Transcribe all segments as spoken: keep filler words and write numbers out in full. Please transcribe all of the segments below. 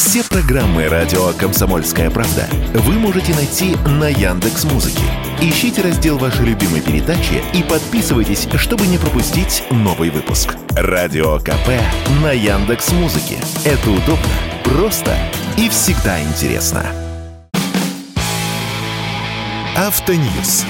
Все программы радио «Комсомольская правда» вы можете найти на Яндекс.Музыке. Ищите раздел вашей любимой передачи и подписывайтесь, чтобы не пропустить новый выпуск. Радио КП на Яндекс.Музыке. Это удобно, просто и всегда интересно. Автоньюз.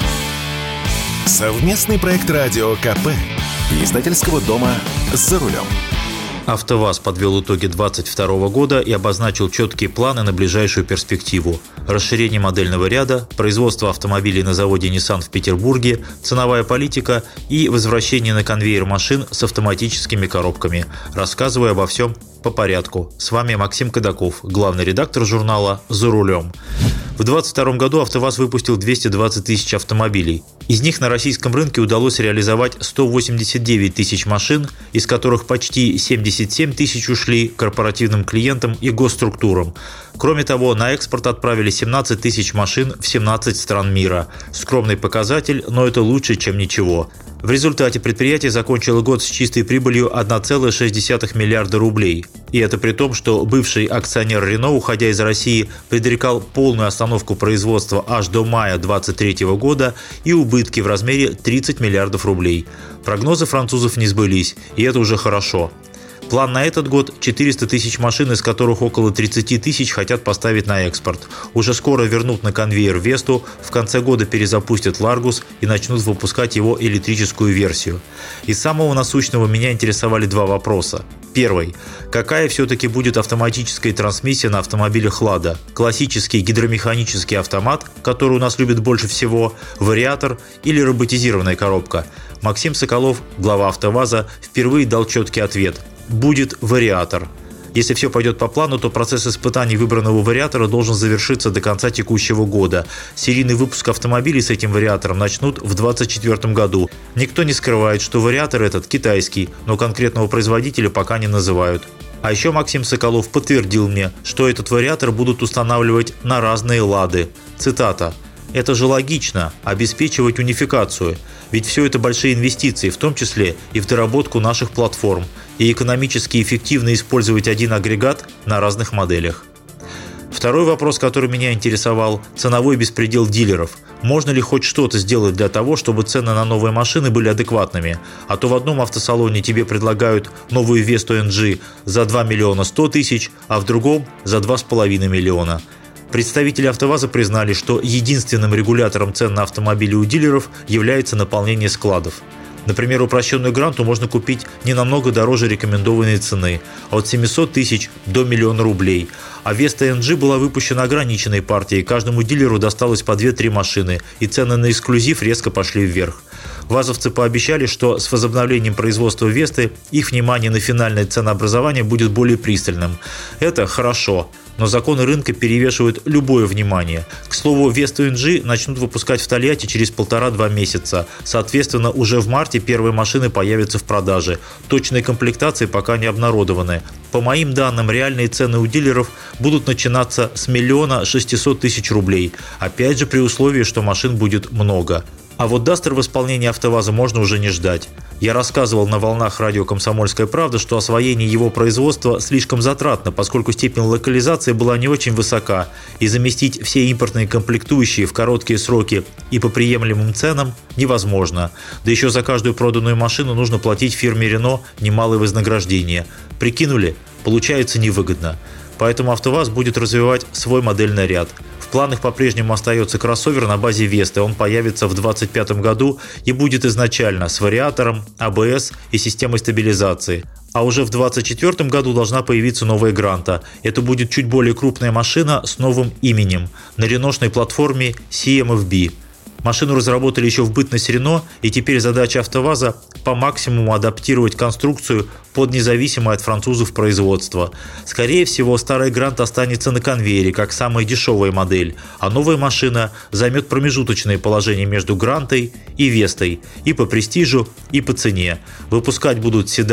Совместный проект радио КП и издательского дома «За рулем». АвтоВАЗ подвел итоги две тысячи двадцать второго года и обозначил четкие планы на ближайшую перспективу. Расширение модельного ряда, производство автомобилей на заводе Nissan в Петербурге, ценовая политика и возвращение на конвейер машин с автоматическими коробками. Рассказываю обо всем по порядку. С вами Максим Кадаков, главный редактор журнала «За рулем». В две тысячи двадцать втором году АвтоВАЗ выпустил двести двадцать тысяч автомобилей. Из них на российском рынке удалось реализовать сто восемьдесят девять тысяч машин, из которых почти семьдесят семь тысяч ушли корпоративным клиентам и госструктурам. Кроме того, на экспорт отправили семнадцать тысяч машин в семнадцать стран мира. Скромный показатель, но это лучше, чем ничего. В результате предприятие закончило год с чистой прибылью одна целая шесть десятых миллиарда рублей. И это при том, что бывший акционер Рено, уходя из России, предрекал полную остановку производства аж до мая две тысячи двадцать третьего года и убытки в размере тридцать миллиардов рублей. Прогнозы французов не сбылись, и это уже хорошо. План на этот год – четыреста тысяч машин, из которых около тридцать тысяч хотят поставить на экспорт. Уже скоро вернут на конвейер Весту, в конце года перезапустят Ларгус и начнут выпускать его электрическую версию. Из самого насущного меня интересовали два вопроса. Первый. Какая все-таки будет автоматическая трансмиссия на автомобилях «Лада»? Классический гидромеханический автомат, который у нас любят больше всего, вариатор или роботизированная коробка? Максим Соколов, глава АвтоВАЗа, впервые дал четкий ответ. Будет вариатор. Если все пойдет по плану, то процесс испытаний выбранного вариатора должен завершиться до конца текущего года. Серийный выпуск автомобилей с этим вариатором начнут в две тысячи двадцать четвёртом году. Никто не скрывает, что вариатор этот китайский, но конкретного производителя пока не называют. А еще Максим Соколов подтвердил мне, что этот вариатор будут устанавливать на разные «Лады». Цитата. «Это же логично – обеспечивать унификацию. Ведь все это большие инвестиции, в том числе и в доработку наших платформ, и экономически эффективно использовать один агрегат на разных моделях». Второй вопрос, который меня интересовал – ценовой беспредел дилеров. Можно ли хоть что-то сделать для того, чтобы цены на новые машины были адекватными? А то в одном автосалоне тебе предлагают новую Весту эн джи за два миллиона сто тысяч, а в другом – за два с половиной миллиона. Представители АвтоВАЗа признали, что единственным регулятором цен на автомобили у дилеров является наполнение складов. Например, упрощенную Гранту можно купить не намного дороже рекомендованной цены – от семисот тысяч до миллиона рублей. А Веста эн джи была выпущена ограниченной партией, каждому дилеру досталось по две-три машины, и цены на эксклюзив резко пошли вверх. ВАЗовцы пообещали, что с возобновлением производства Весты их внимание на финальное ценообразование будет более пристальным. Это хорошо, но законы рынка перевешивают любое внимание. К слову, Весту эн джи начнут выпускать в Тольятти через полтора-два месяца. Соответственно, уже в марте первые машины появятся в продаже. Точные комплектации пока не обнародованы. По моим данным, реальные цены у дилеров будут начинаться с миллиона шестисот тысяч рублей. Опять же, при условии, что машин будет много. А вот Дастер в исполнении АвтоВАЗа можно уже не ждать. Я рассказывал на волнах радио «Комсомольская правда», что освоение его производства слишком затратно, поскольку степень локализации была не очень высока, и заместить все импортные комплектующие в короткие сроки и по приемлемым ценам невозможно. Да еще за каждую проданную машину нужно платить фирме Рено немалое вознаграждение. Прикинули? Получается невыгодно. Поэтому АвтоВАЗ будет развивать свой модельный ряд. В планах по-прежнему остается кроссовер на базе Весты. Он появится в две тысячи двадцать пятом году и будет изначально с вариатором, а бэ эс и системой стабилизации. А уже в две тысячи двадцать четвёртом году должна появиться новая Гранта. Это будет чуть более крупная машина с новым именем на реношной платформе си эм эф би. Машину разработали еще в бытность Рено, и теперь задача АвтоВАЗа по максимуму адаптировать конструкцию под независимое от французов производство. Скорее всего, старая Грант останется на конвейере, как самая дешевая модель, а новая машина займет промежуточное положение между Грантой и Вестой и по престижу, и по цене. Выпускать будут седан,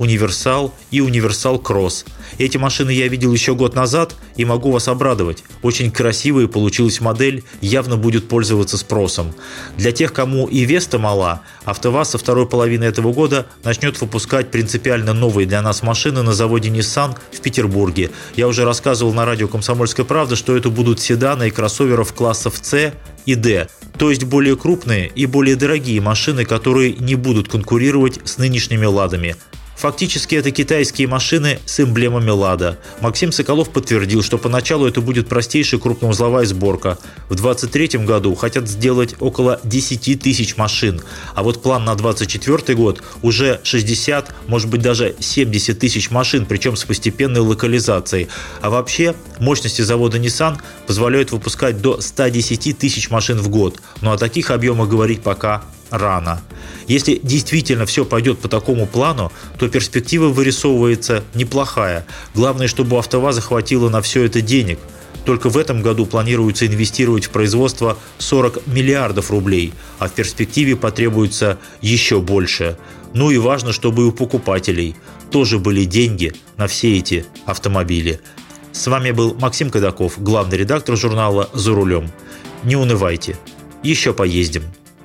Универсал и Универсал Кросс. Эти машины я видел еще год назад и могу вас обрадовать. Очень красивая получилась модель, явно будет пользоваться спросом. Для тех, кому и Веста мала, АвтоВАЗ со второй половины этого года начнет выпускать принципиально новые для нас машины на заводе Nissan в Петербурге. Я уже рассказывал на радио «Комсомольская правда», что это будут седаны и кроссоверов классов С и Д, то есть более крупные и более дорогие машины, которые не будут конкурировать с нынешними «Ладами». Фактически это китайские машины с эмблемами «Лада». Максим Соколов подтвердил, что поначалу это будет простейшая крупноузловая сборка. В двадцать третьем году хотят сделать около десять тысяч машин, а вот план на двадцать четвёртый год уже шестьдесят, может быть даже семьдесят тысяч машин, причем с постепенной локализацией. А вообще мощности завода Nissan позволяют выпускать до ста десяти тысяч машин в год, но о таких объемах говорить пока рано. Если действительно все пойдет по такому плану, то перспектива вырисовывается неплохая. Главное, чтобы у АвтоВАЗа хватило на все это денег. Только в этом году планируется инвестировать в производство сорок миллиардов рублей, а в перспективе потребуется еще больше. Ну и важно, чтобы и у покупателей тоже были деньги на все эти автомобили. С вами был Максим Кадаков, главный редактор журнала «За рулем». Не унывайте, еще поездим.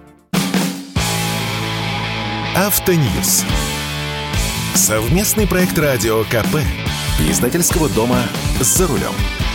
Автоньюз. Совместный проект радио ка пэ и издательского дома «За рулем».